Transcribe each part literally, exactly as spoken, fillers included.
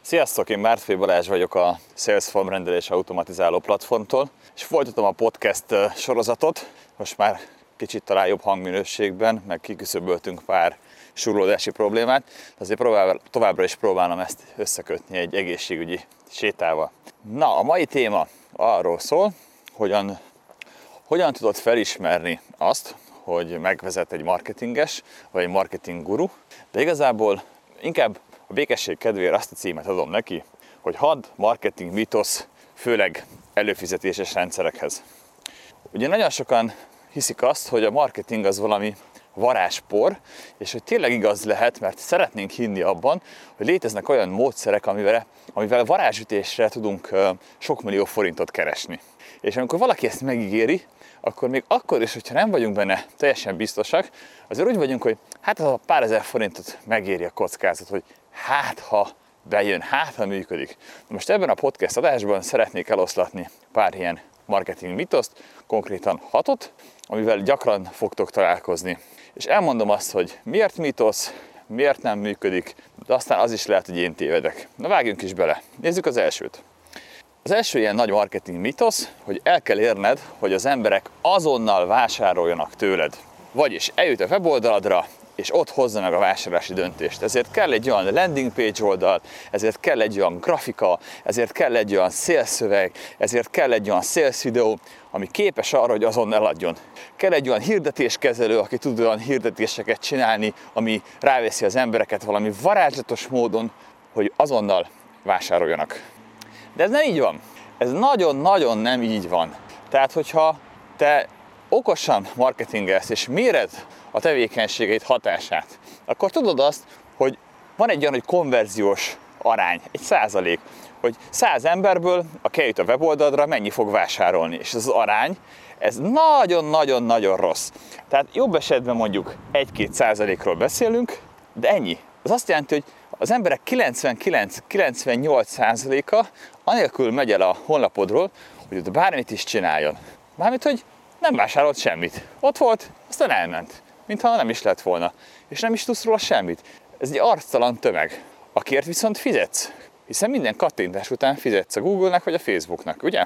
Sziasztok, én Mártfai Balázs vagyok a Sales formrendelés automatizáló platformtól, és folytatom a podcast sorozatot, most már kicsit talán jobb hangminőségben, meg kiküszöböltünk pár súrlódási problémát, de azért próbál, továbbra is próbálom ezt összekötni egy egészségügyi sétával. Na, a mai téma arról szól, hogyan, hogyan tudod felismerni azt, hogy megvezet egy marketinges, vagy egy marketing guru, de igazából inkább a békesség kedvéért azt a címet adom neki, hogy hat marketing mitosz, főleg előfizetéses rendszerekhez. Ugye nagyon sokan hiszik azt, hogy a marketing az valami varázspor, és hogy tényleg igaz lehet, mert szeretnénk hinni abban, hogy léteznek olyan módszerek, amivel, amivel varázsütésre tudunk sok millió forintot keresni. És amikor valaki ezt megígéri, akkor még akkor is, hogyha nem vagyunk benne teljesen biztosak, azért úgy vagyunk, hogy hát az a pár ezer forintot megéri a kockázat, hogy hát ha bejön, hát ha működik. Most ebben a podcast adásban szeretnék eloszlatni pár ilyen marketing mitoszt, konkrétan hatot, amivel gyakran fogtok találkozni. És elmondom azt, hogy miért mitosz, miért nem működik, de aztán az is lehet, hogy én tévedek. Na vágjunk is bele. Nézzük az elsőt. Az első ilyen nagy marketing mitosz, hogy el kell érned, hogy az emberek azonnal vásároljanak tőled. Vagyis eljut a weboldaladra, és ott hozza meg a vásárlási döntést. Ezért kell egy olyan landing page oldal, ezért kell egy olyan grafika, ezért kell egy olyan sales szöveg, ezért kell egy olyan sales videó, ami képes arra, hogy azonnal adjon. Kell egy olyan hirdetéskezelő, aki tud olyan hirdetéseket csinálni, ami ráveszi az embereket valami varázslatos módon, hogy azonnal vásároljanak. De ez nem így van. Ez nagyon-nagyon nem így van. Tehát, hogyha te okosan marketingelsz és méred a tevékenységeit hatását, akkor tudod azt, hogy van egy olyan, hogy konverziós arány, egy százalék, hogy száz emberből, aki eljut a weboldalra, mennyi fog vásárolni. És ez az arány, ez nagyon-nagyon-nagyon rossz. Tehát jobb esetben mondjuk egy-két százalékról beszélünk, de ennyi. Az azt jelenti, hogy az emberek kilencvenkilenc-kilencvennyolc százaléka anélkül megy el a honlapodról, hogy ott bármit is csináljon. Mármint, hogy nem vásárolt semmit. Ott volt, aztán elment. Mintha nem is lett volna. És nem is tudsz róla semmit. Ez egy arctalan tömeg. Akiért viszont fizetsz. Hiszen minden kattintás után fizetsz a Google-nek vagy a Facebooknak, ugye?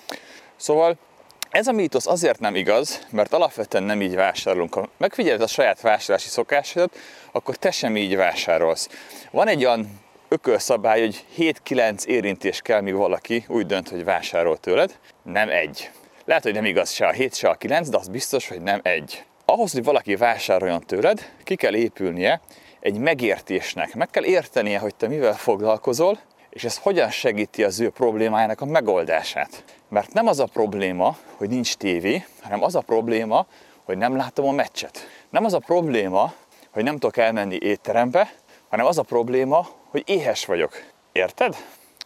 Szóval ez a mítosz azért nem igaz, mert alapvetően nem így vásárolunk. Ha megfigyeled a saját vásárlási szokásodat, akkor te sem így vásárolsz. Van egy olyan ökölszabály, hogy hét-kilenc érintés kell, míg valaki úgy dönt, hogy vásárol tőled. Nem egy. Lehet, hogy nem igaz se a hét, se a kilenc, de az biztos, hogy nem egy. Ahhoz, hogy valaki vásároljon tőled, ki kell épülnie egy megértésnek. Meg kell értenie, hogy te mivel foglalkozol, és ez hogyan segíti az ő problémájának a megoldását. Mert nem az a probléma, hogy nincs tévé, hanem az a probléma, hogy nem látom a meccset. Nem az a probléma, hogy nem tudok elmenni étterembe, hanem az a probléma, hogy éhes vagyok. Érted?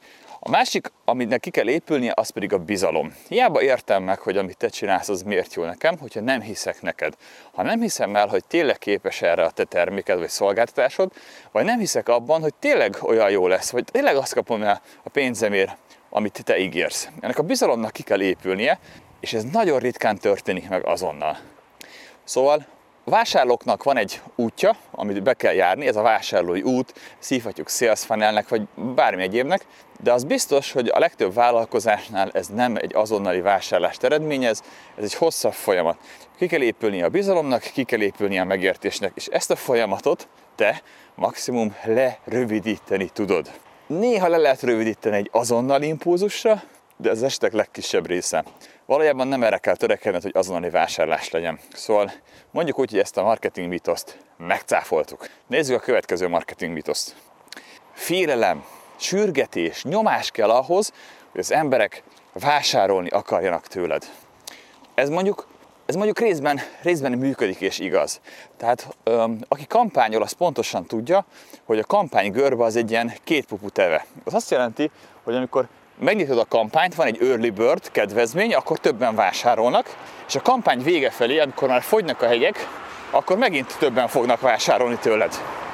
A másik, aminek ki kell épülnie, az pedig a bizalom. Hiába értem meg, hogy amit te csinálsz, az miért jó nekem, hogyha nem hiszek neked. Ha nem hiszem el, hogy tényleg képes erre a te terméked vagy szolgáltatásod, vagy nem hiszek abban, hogy tényleg olyan jó lesz, vagy tényleg azt kapom el a pénzemért, amit te ígérsz. Ennek a bizalomnak ki kell épülnie, és ez nagyon ritkán történik meg azonnal. Szóval a vásárlóknak van egy útja, amit be kell járni, ez a vásárlói út, szívhatjuk sales funnelnek, vagy bármi egyébnek, de az biztos, hogy a legtöbb vállalkozásnál ez nem egy azonnali vásárlást eredményez, ez egy hosszabb folyamat. Ki kell épülni a bizalomnak, ki kell épülni a megértésnek, és ezt a folyamatot te maximum lerövidíteni tudod. Néha le lehet rövidíteni egy azonnali impulzusra, de az esetek legkisebb része. Valójában nem erre kell törekedned, hogy azonnali vásárlás legyen. Szóval mondjuk úgy, hogy ezt a marketing mitoszt megcáfoltuk. Nézzük a következő marketing mitoszt. Félelem, sürgetés, nyomás kell ahhoz, hogy az emberek vásárolni akarjanak tőled. Ez mondjuk, ez mondjuk részben, részben működik és igaz. Tehát öm, aki kampányol, az pontosan tudja, hogy a kampány görbe az egy ilyen kétpupú teve. Az azt jelenti, hogy amikor megnyitod a kampányt, van egy early bird kedvezmény, akkor többen vásárolnak, és a kampány vége felé, amikor már fogynak a hegyek, akkor megint többen fognak vásárolni tőled.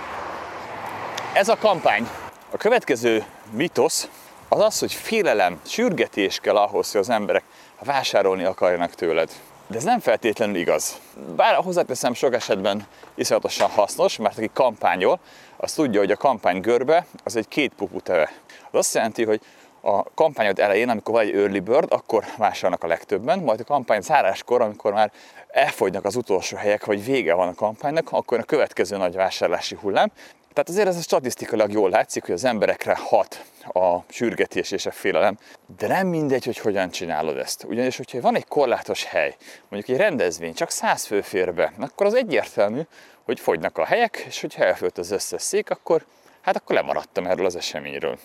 Ez a kampány. A következő mitosz az az, hogy félelem, sürgetés kell ahhoz, hogy az emberek vásárolni akarjanak tőled. De ez nem feltétlenül igaz. Bár hozzáteszem, sok esetben iszonyatosan hasznos, mert aki kampányol, az tudja, hogy a kampány görbe az egy két pupu teve. Az azt jelenti, hogy a kampányod elején, amikor van egy early bird, akkor vásárolnak a legtöbben, majd a kampány záráskor, amikor már elfogynak az utolsó helyek, vagy vége van a kampánynak, akkor a következő nagy vásárlási hullám. Tehát azért ez statisztikailag jól látszik, hogy az emberekre hat a sürgetés és a félelem, de nem mindegy, hogy hogyan csinálod ezt. Ugyanis, hogyha van egy korlátos hely, mondjuk egy rendezvény, csak száz fő fér be, akkor az egyértelmű, hogy fogynak a helyek, és hogyha elfőtt az összes szék, akkor, hát akkor lemaradtam erről az eseményről.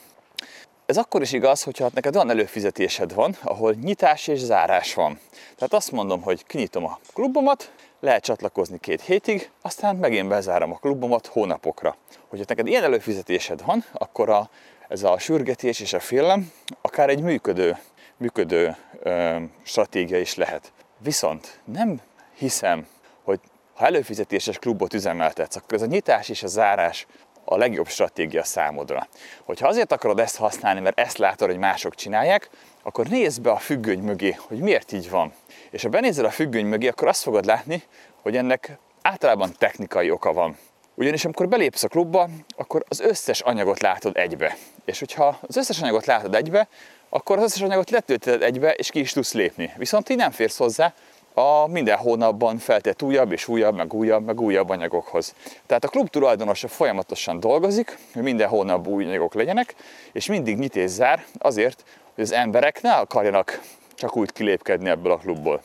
Ez akkor is igaz, hogyha neked olyan előfizetésed van, ahol nyitás és zárás van. Tehát azt mondom, hogy kinyitom a klubomat, lehet csatlakozni két hétig, aztán megint bezárom a klubomat hónapokra. Hogyha neked ilyen előfizetésed van, akkor a, ez a sürgetés és a félelem akár egy működő, működő ö, stratégia is lehet. Viszont nem hiszem, hogy ha előfizetéses klubot üzemeltetsz, akkor ez a nyitás és a zárás a legjobb stratégia számodra. Hogyha azért akarod ezt használni, mert ezt látod, hogy mások csinálják, akkor nézd be a függöny mögé, hogy miért így van. És ha benézel a függöny mögé, akkor azt fogod látni, hogy ennek általában technikai oka van. Ugyanis amikor belépsz a klubba, akkor az összes anyagot látod egybe. És hogyha az összes anyagot látod egybe, akkor az összes anyagot letöltöd egybe, és ki is tudsz lépni. Viszont így nem férsz hozzá a minden hónapban feltett újabb és újabb, meg újabb, meg újabb anyagokhoz. Tehát a klub tulajdonosa folyamatosan dolgozik, hogy minden hónapban új anyagok legyenek, és mindig nyit és zár azért, hogy az emberek ne akarjanak csak úgy kilépkedni ebből a klubból.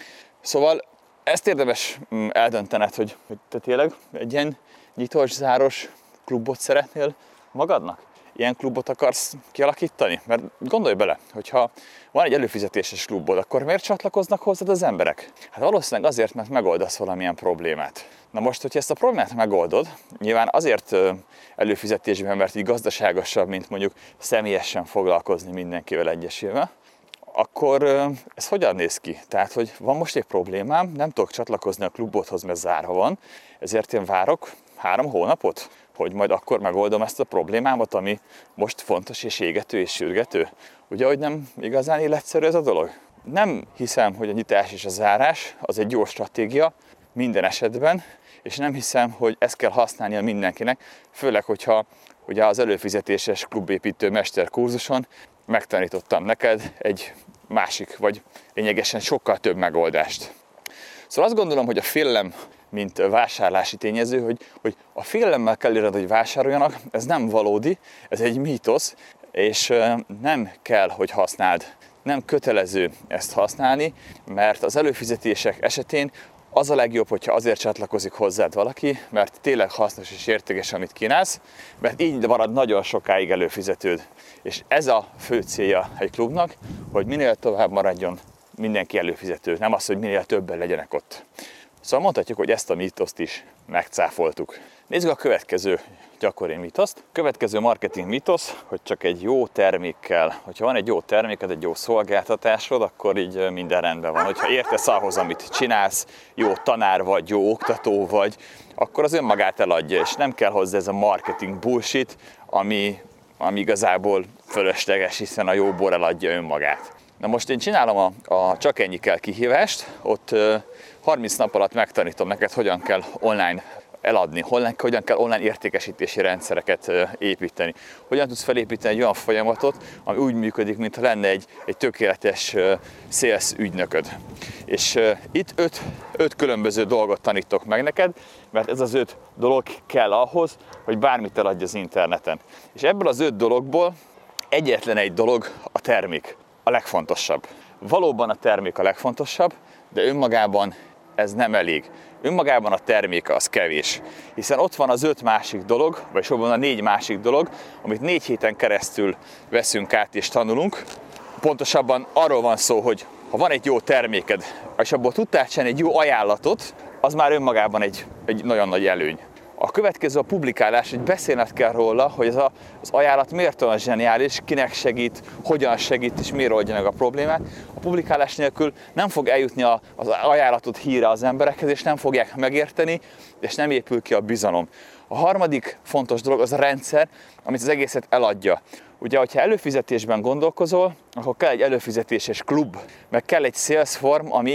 Szóval ezt érdemes eldöntened, hogy, hogy te tényleg egy ilyen nyitos, záros klubot szeretnél magadnak? Ilyen klubot akarsz kialakítani? Mert gondolj bele, hogyha van egy előfizetéses klubod, akkor miért csatlakoznak hozzád az emberek? Hát valószínűleg azért, mert megoldasz valamilyen problémát. Na most, hogyha ezt a problémát megoldod, nyilván azért előfizetésben, mert így gazdaságosabb, mint mondjuk személyesen foglalkozni mindenkivel egyesével, akkor ez hogyan néz ki? Tehát, hogy van most egy problémám, nem tudok csatlakozni a klubodhoz, mert zárva van, ezért én várok három hónapot, hogy majd akkor megoldom ezt a problémámat, ami most fontos és égető és sürgető. Ugye, hogy nem igazán életszerű ez a dolog? Nem hiszem, hogy a nyitás és a zárás az egy jó stratégia minden esetben, és nem hiszem, hogy ezt kell használnia mindenkinek, főleg, hogyha ugye az előfizetéses klubépítő mesterkurzuson megtanítottam neked egy másik, vagy lényegesen sokkal több megoldást. Szóval azt gondolom, hogy a félelem, mint vásárlási tényező, hogy, hogy a félelemmel kell érned, hogy vásároljanak, ez nem valódi, ez egy mítosz, és nem kell, hogy használd. Nem kötelező ezt használni, mert az előfizetések esetén az a legjobb, hogyha azért csatlakozik hozzád valaki, mert tényleg hasznos és értékes, amit kínálsz, mert így marad nagyon sokáig előfizetőd. És ez a fő célja egy klubnak, hogy minél tovább maradjon mindenki előfizető, nem az, hogy minél többen legyenek ott. Szóval mondhatjuk, hogy ezt a mítoszt is megcáfoltuk. Nézzük a következő gyakori mítoszt. Következő marketing mítosz, hogy csak egy jó termékkel, hogyha van egy jó terméked, egy jó szolgáltatásod, akkor így minden rendben van. Hogyha értesz ahhoz, amit csinálsz, jó tanár vagy, jó oktató vagy, akkor az önmagát eladja, és nem kell hozzá ez a marketing bullshit, ami, ami igazából fölösleges, hiszen a jó bor eladja önmagát. Na most én csinálom a, a Csak ennyi kell kihívást, ott harminc nap alatt megtanítom neked, hogyan kell online eladni, hogyan kell online értékesítési rendszereket építeni. Hogyan tudsz felépíteni egy olyan folyamatot, ami úgy működik, mintha lenne egy, egy tökéletes sales ügynököd. És itt öt, öt különböző dolgot tanítok meg neked, mert ez az öt dolog kell ahhoz, hogy bármit eladj az interneten. És ebből az öt dologból egyetlen egy dolog a termék, a legfontosabb. Valóban a termék a legfontosabb, de önmagában ez nem elég. Önmagában a terméke az kevés, hiszen ott van az öt másik dolog, vagy jobban a négy másik dolog, amit négy héten keresztül veszünk át és tanulunk. Pontosabban arról van szó, hogy ha van egy jó terméked, és abból tudtál csinálni egy jó ajánlatot, az már önmagában egy, egy nagyon nagy előny. A következő a publikálás, hogy beszélned kell róla, hogy ez a, az ajánlat miért olyan zseniális, kinek segít, hogyan segít és miért oldja meg a problémát. A publikálás nélkül nem fog eljutni a, az ajánlatot híre az emberekhez, és nem fogják megérteni, és nem épül ki a bizalom. A harmadik fontos dolog az a rendszer, amit az egészet eladja. Ugye, hogyha előfizetésben gondolkozol, akkor kell egy előfizetéses klub, meg kell egy sales form, ami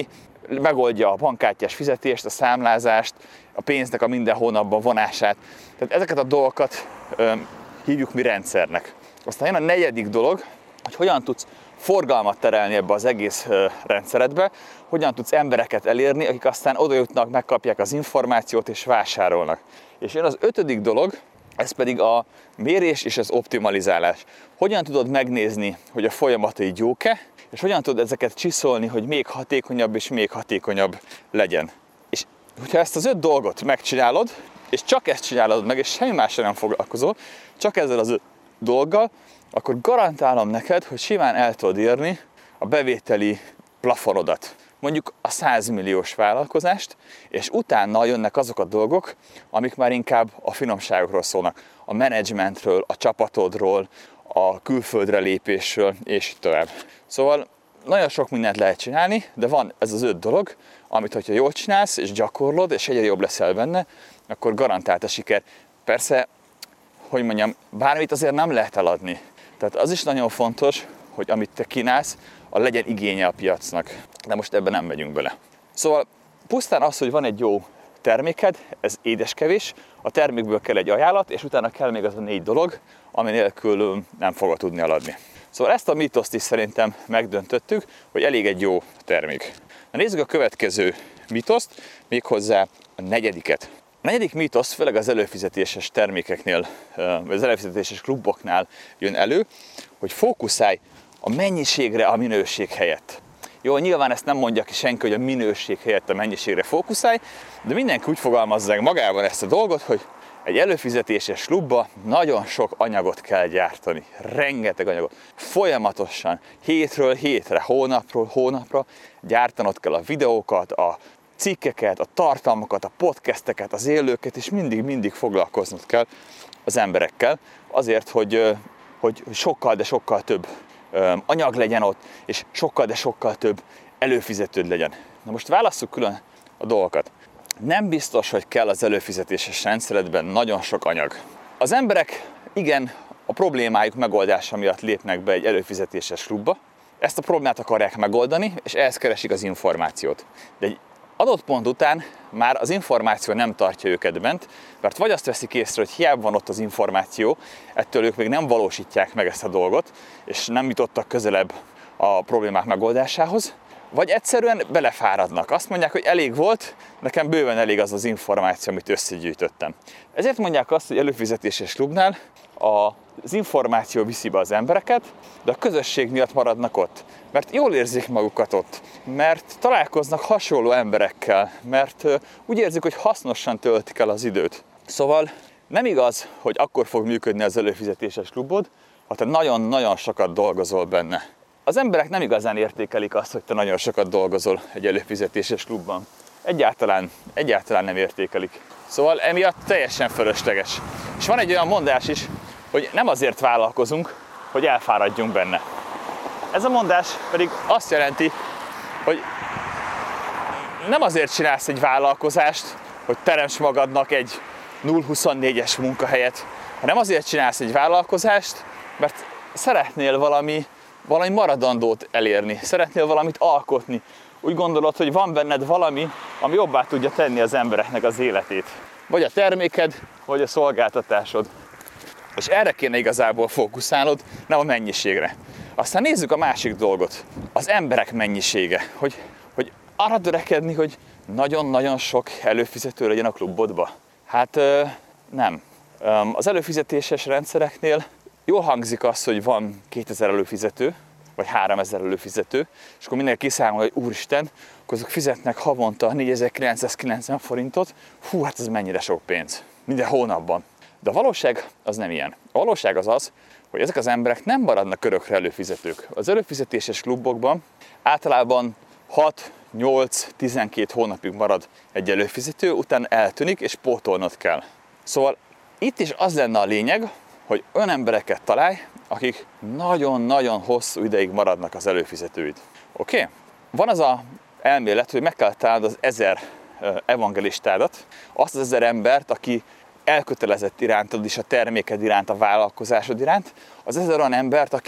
megoldja a bankkártyás fizetést, a számlázást, a pénznek a minden hónapban vonását. Tehát ezeket a dolgokat ö, hívjuk mi rendszernek. Aztán jön a negyedik dolog, hogy hogyan tudsz forgalmat terelni ebbe az egész ö, rendszeredbe, hogyan tudsz embereket elérni, akik aztán odajutnak, megkapják az információt és vásárolnak. És jön az ötödik dolog, ez pedig a mérés és az optimalizálás. Hogyan tudod megnézni, hogy a folyamataid jók-e, és hogyan tudod ezeket csiszolni, hogy még hatékonyabb és még hatékonyabb legyen. És hogyha ezt az öt dolgot megcsinálod, és csak ezt csinálod meg, és semmi másra nem foglalkozol, csak ezzel az öt dolggal, akkor garantálom neked, hogy simán el tudod érni a bevételi plafonodat. Mondjuk a száz milliós vállalkozást, és utána jönnek azok a dolgok, amik már inkább a finomságokról szólnak. A menedzsmentről, a csapatodról, a külföldre lépésről, és így tovább. Szóval nagyon sok mindent lehet csinálni, de van ez az öt dolog, amit hogyha jól csinálsz, és gyakorlod, és egyre jobb leszel benne, akkor garantált a siker. Persze, hogy mondjam, bármit azért nem lehet eladni. Tehát az is nagyon fontos, hogy amit te kínálsz, a legyen igénye a piacnak. De most ebben nem megyünk bele. Szóval pusztán az, hogy van egy jó terméked, ez édeskevés, a termékből kell egy ajánlat, és utána kell még az a négy dolog, ami nélkül nem fogod tudni eladni. Szóval ezt a mítoszt is szerintem megdöntöttük, hogy elég egy jó termék. Na nézzük a következő mítoszt, méghozzá a negyediket. A negyedik mítosz főleg az előfizetéses termékeknél, vagy az előfizetéses kluboknál jön elő, hogy fókuszálj a mennyiségre a minőség helyett. Jó, nyilván ezt nem mondja ki senki, hogy a minőség helyett a mennyiségre fókuszálj, de mindenki úgy fogalmazza meg magában ezt a dolgot, hogy egy előfizetéses klubba nagyon sok anyagot kell gyártani, rengeteg anyagot. Folyamatosan, hétről hétre, hónapról hónapra gyártanod kell a videókat, a cikkeket, a tartalmakat, a podcasteket, az élőket, és mindig-mindig foglalkoznod kell az emberekkel, azért, hogy, hogy sokkal, de sokkal több anyag legyen ott, és sokkal, de sokkal több előfizetőd legyen. Na most válasszuk külön a dolgokat. Nem biztos, hogy kell az előfizetéses rendszeredben nagyon sok anyag. Az emberek igen a problémájuk megoldása miatt lépnek be egy előfizetéses klubba, ezt a problémát akarják megoldani, és ehhez keresik az információt. De egy adott pont után már az információ nem tartja őket bent, mert vagy azt veszik észre, hogy hiába van ott az információ, ettől ők még nem valósítják meg ezt a dolgot, és nem jutottak közelebb a problémák megoldásához, vagy egyszerűen belefáradnak. Azt mondják, hogy elég volt, nekem bőven elég az az információ, amit összegyűjtöttem. Ezért mondják azt, hogy előfizetéses klubnál az információ viszi be az embereket, de a közösség miatt maradnak ott. Mert jól érzik magukat ott, mert találkoznak hasonló emberekkel, mert úgy érzik, hogy hasznosan töltik el az időt. Szóval nem igaz, hogy akkor fog működni az előfizetéses klubod, ha te nagyon-nagyon sokat dolgozol benne. Az emberek nem igazán értékelik azt, hogy te nagyon sokat dolgozol egy előfizetéses klubban. Egyáltalán, egyáltalán nem értékelik. Szóval emiatt teljesen fölösleges. És van egy olyan mondás is, hogy nem azért vállalkozunk, hogy elfáradjunk benne. Ez a mondás pedig azt jelenti, hogy nem azért csinálsz egy vállalkozást, hogy teremts magadnak egy nulla huszonnégyes munkahelyet, hanem azért csinálsz egy vállalkozást, mert szeretnél valami, valami maradandót elérni, szeretnél valamit alkotni. Úgy gondolod, hogy van benned valami, ami jobbá tudja tenni az embereknek az életét. Vagy a terméked, vagy a szolgáltatásod. És erre kéne igazából fókuszálnod, nem a mennyiségre. Aztán nézzük a másik dolgot, az emberek mennyisége, hogy, hogy arra törekedni, hogy nagyon-nagyon sok előfizető legyen a klubodba. Hát nem. Az előfizetéses rendszereknél jól hangzik az, hogy van kétezer előfizető, vagy háromezer előfizető, és akkor mindenki kiszámol, hogy úristen, akkor azok fizetnek havonta négyezer-kilencszázkilencven forintot, hú, hát ez mennyire sok pénz, minden hónapban. De a valóság az nem ilyen. A valóság az az, hogy ezek az emberek nem maradnak örökre előfizetők. Az előfizetéses klubokban általában hat, nyolc, tizenkét hónapig marad egy előfizető, utána eltűnik és pótolnod kell. Szóval itt is az lenne a lényeg, hogy olyan embereket találj, akik nagyon-nagyon hosszú ideig maradnak az előfizetőid. Oké? Okay? Van az a elmélet, hogy meg kell találnod az ezer evangelistádat, azt az ezer embert, aki elkötelezett irántad is, a terméked iránt, a vállalkozásod iránt, az ezer olyan embert, aki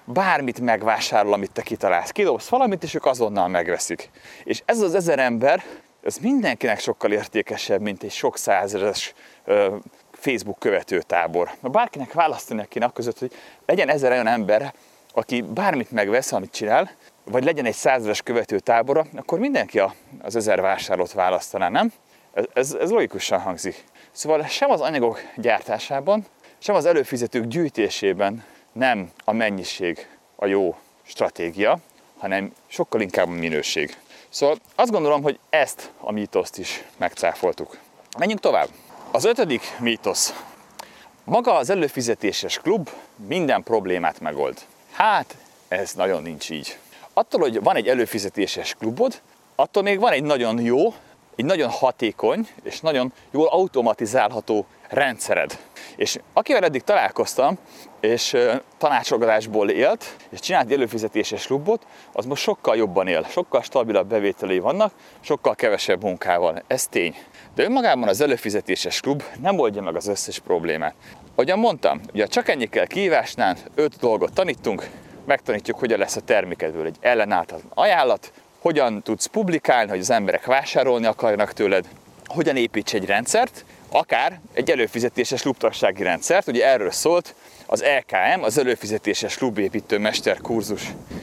bármit megvásárol, amit te kitalálsz. Kidobsz valamit, és ők azonnal megveszik. És ez az ezer ember, ez mindenkinek sokkal értékesebb, mint egy sok százeres ö, Facebook követőtábor. Bárkinek választani kéne között, hogy legyen ezer olyan ember, aki bármit megvesz, amit csinál, vagy legyen egy százeres követőtábora, akkor mindenki az ezer vásárlót választaná, nem? Ez, ez, ez logikusan hangzik. Szóval sem az anyagok gyártásában, sem az előfizetők gyűjtésében nem a mennyiség a jó stratégia, hanem sokkal inkább a minőség. Szóval azt gondolom, hogy ezt a mítoszt is megcáfoltuk. Menjünk tovább. Az ötödik mítosz. Maga az előfizetéses klub minden problémát megold. Hát, ez nagyon nincs így. Attól, hogy van egy előfizetéses klubod, attól még van egy nagyon jó, egy nagyon hatékony és nagyon jól automatizálható rendszered. És akivel eddig találkoztam, és tanácsolgatásból élt, és csinált egy előfizetéses klubot, az most sokkal jobban él, sokkal stabilabb bevételei vannak, sokkal kevesebb munkával. Ez tény. De önmagában az előfizetéses klub nem oldja meg az összes problémát. Ahogyan mondtam, ugye csak ennyi kell kihívásnál, öt dolgot tanítunk, megtanítjuk, hogyan lesz a termékedből egy ellenállhatatlan ajánlat, hogyan tudsz publikálni, hogy az emberek vásárolni akarjanak tőled, hogyan építs egy rendszert, akár egy előfizetéses klubtagsági rendszert, ugye erről szólt az E K M, az előfizetéses klubépítő mesterkurzus.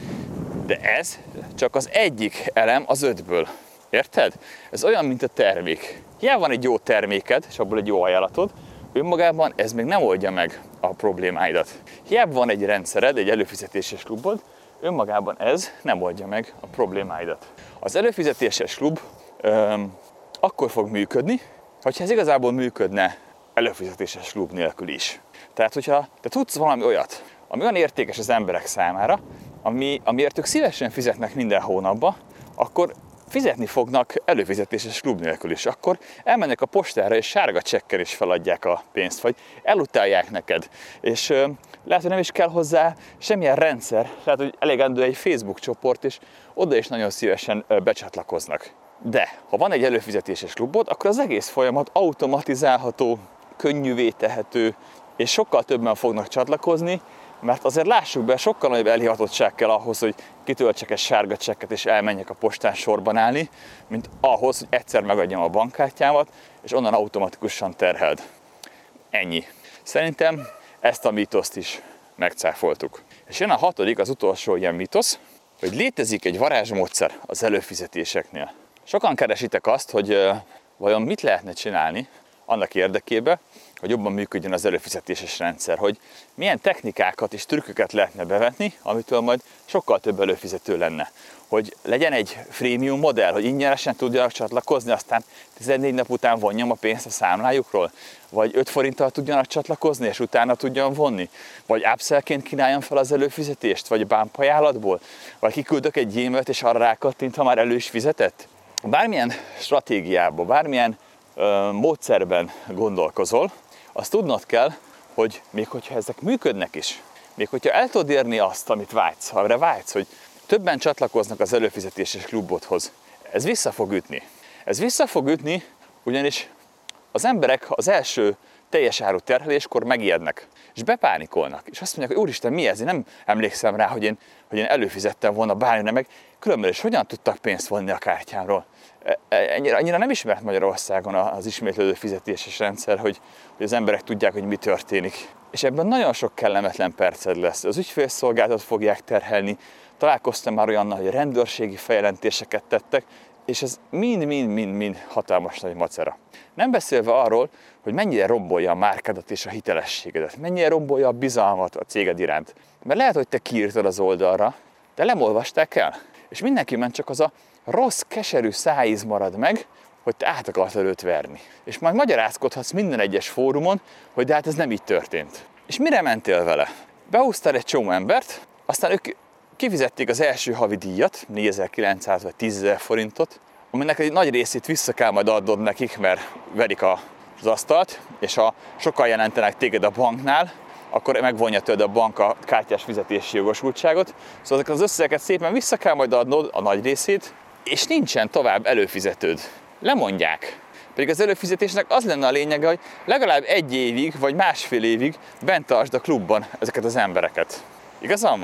De ez csak az egyik elem az ötből. Érted? Ez olyan, mint a termék. Hiába van egy jó terméked, és abból egy jó ajánlatod, önmagában ez még nem oldja meg a problémáidat. Hiába van egy rendszered, egy előfizetéses klubod, önmagában ez nem oldja meg a problémáidat. Az előfizetéses klub öm, akkor fog működni, hogyha ez igazából működne előfizetéses klub nélkül is. Tehát, hogyha te tudsz valami olyat, ami olyan értékes az emberek számára, ami, amiért ők szívesen fizetnek minden hónapban, akkor fizetni fognak előfizetéses klub nélkül is. Akkor elmennek a postára, és sárga csekkel is feladják a pénzt, vagy elutálják neked. És ö, lehet, hogy nem is kell hozzá semmilyen rendszer, lehet, hogy elegendő egy Facebook csoport, és oda is nagyon szívesen ö, becsatlakoznak. De ha van egy előfizetéses klubod, akkor az egész folyamat automatizálható, könnyűvé tehető, és sokkal többen fognak csatlakozni, mert azért lássuk be, sokkal nagyobb elhivatottság kell ahhoz, hogy kitöltsek egy sárga csekket és elmenjek a postán sorban állni, mint ahhoz, hogy egyszer megadjam a bankkártyámat, és onnan automatikusan terheld. Ennyi. Szerintem ezt a mítoszt is megcáfoltuk. És jön a hatodik, az utolsó ilyen mítosz, hogy létezik egy varázsmódszer az előfizetéseknél. Sokan keresitek azt, hogy uh, vajon mit lehetne csinálni annak érdekében, hogy jobban működjön az előfizetéses rendszer, hogy milyen technikákat és trükköket lehetne bevetni, amitől majd sokkal több előfizető lenne. Hogy legyen egy freemium modell, hogy ingyenesen tudjanak csatlakozni, aztán tizennégy nap után vonjam a pénzt a számlájukról, vagy öt forinttal tudjanak csatlakozni, és utána tudjam vonni, vagy upsellként kínáljam fel az előfizetést, vagy bump ajánlatból, vagy kiküldök egy e-mailt, és arra rákattint, ha már elő is fizetett. Bármilyen stratégiában, bármilyen ö, módszerben gondolkozol, azt tudnod kell, hogy még hogyha ezek működnek is, még hogyha el tudod érni azt, amit vágysz, amire vágysz, hogy többen csatlakoznak az előfizetéses klubodhoz, ez vissza fog ütni. Ez vissza fog ütni, ugyanis az emberek az első teljes áru terheléskor megijednek, és bepánikolnak, és azt mondják, hogy úristen, mi ez? Én nem emlékszem rá, hogy én, hogy én előfizettem volna bármire, meg különben is hogyan tudtak pénzt vonni a kártyámról. Ennyire, annyira nem ismert Magyarországon az ismétlődő fizetéses rendszer, hogy, hogy az emberek tudják, hogy mi történik. És ebben nagyon sok kellemetlen perced lesz. Az ügyfélszolgálatot fogják terhelni, találkoztam már olyannal, hogy rendőrségi feljelentéseket tettek, és ez mind-mind-mind-mind hatalmas nagy macera. Nem beszélve arról, hogy mennyire rombolja a márkádat és a hitelességedet, mennyire rombolja a bizalmat a céged iránt. Mert lehet, hogy te kiírtad az oldalra, de nem olvasták el. És mindenkiben csak az a rossz, keserű szájíz marad meg, hogy te át akartad őt verni. És majd magyarázkodhatsz minden egyes fórumon, hogy de hát ez nem így történt. És mire mentél vele? Behúztál egy csomó embert, aztán ők kifizették az első havi díjat, négyezer-kilencszáz vagy tízezer forintot, aminek egy nagy részét vissza kell majd adnod nekik, mert verik az asztalt, és ha sokan jelentenek téged a banknál, akkor megvonja tőled a bank a kártyás fizetési jogosultságot. Szóval ezeket az összegeket szépen vissza kell majd adnod, a nagy részét, és nincsen tovább előfizetőd. Lemondják. Pedig az előfizetésnek az lenne a lényege, hogy legalább egy évig, vagy másfél évig bent tartsd a klubban ezeket az embereket. Igazam van?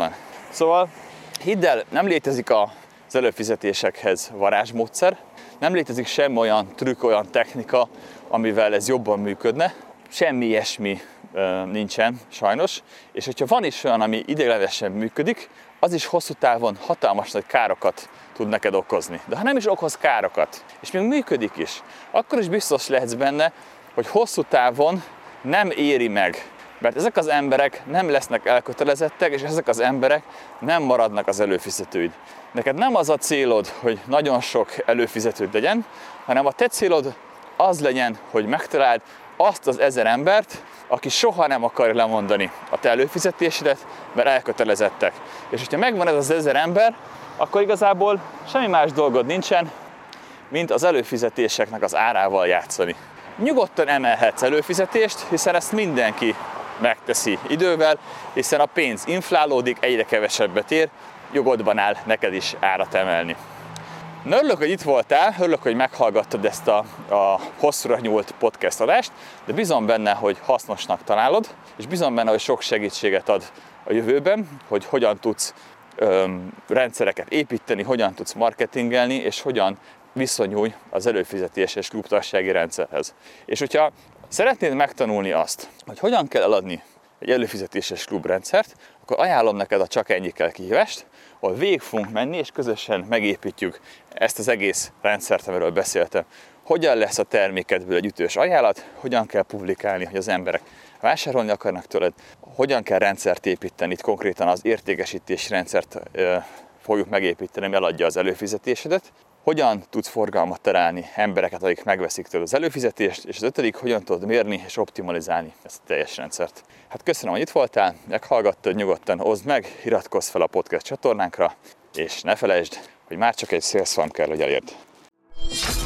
Szóval hidd el, nem létezik az előfizetésekhez varázsmódszer, nem létezik semmi olyan trükk, olyan technika, amivel ez jobban működne. Semmi ilyesmi ö, nincsen, sajnos. És hogyha van is olyan, ami ideiglenesen működik, az is hosszú távon hatalmas nagy károkat tud neked okozni. De ha nem is okoz károkat, és még működik is, akkor is biztos lehetsz benne, hogy hosszú távon nem éri meg. Mert ezek az emberek nem lesznek elkötelezettek, és ezek az emberek nem maradnak az előfizetőid. Neked nem az a célod, hogy nagyon sok előfizetőd legyen, hanem a te célod az legyen, hogy megtaláld azt az ezer embert, aki soha nem akarja lemondani a te előfizetésedet, mert elkötelezettek. És hogyha megvan ez az ezer ember, akkor igazából semmi más dolgod nincsen, mint az előfizetéseknek az árával játszani. Nyugodtan emelhetsz előfizetést, hiszen ezt mindenki megteszi idővel, hiszen a pénz inflálódik, egyre kevesebbet ér, jogodban áll neked is árat emelni. Na, örülök, hogy itt voltál, örülök, hogy meghallgattad ezt a, a hosszúra nyúlt podcast adást, de bízom benne, hogy hasznosnak találod, és bízom benne, hogy sok segítséget ad a jövőben, hogy hogyan tudsz öm, rendszereket építeni, hogyan tudsz marketingelni, és hogyan viszonyulj az előfizetéses klubtagsági rendszerhez. És hogyha szeretnéd megtanulni azt, hogy hogyan kell eladni egy előfizetéses klubrendszert, akkor ajánlom neked a Csak Ennyi Kell kihívást, ahol végig fogunk menni, és közösen megépítjük ezt az egész rendszert, amiről beszéltem. Hogyan lesz a termékedből egy ütős ajánlat, hogyan kell publikálni, hogy az emberek vásárolni akarnak tőled, hogyan kell rendszert építeni, itt konkrétan az értékesítési rendszert ö, fogjuk megépíteni, ami eladja az előfizetésedet, hogyan tudsz forgalmat találni, embereket, akik megveszik tőled az előfizetést, és az ötödik, hogyan tudod mérni és optimalizálni ezt a teljes rendszert. Hát köszönöm, hogy itt voltál, meghallgattad, nyugodtan oszd meg, iratkozz fel a podcast csatornánkra, és ne felejtsd, hogy már csak egy sales farm kell, hogy elérd.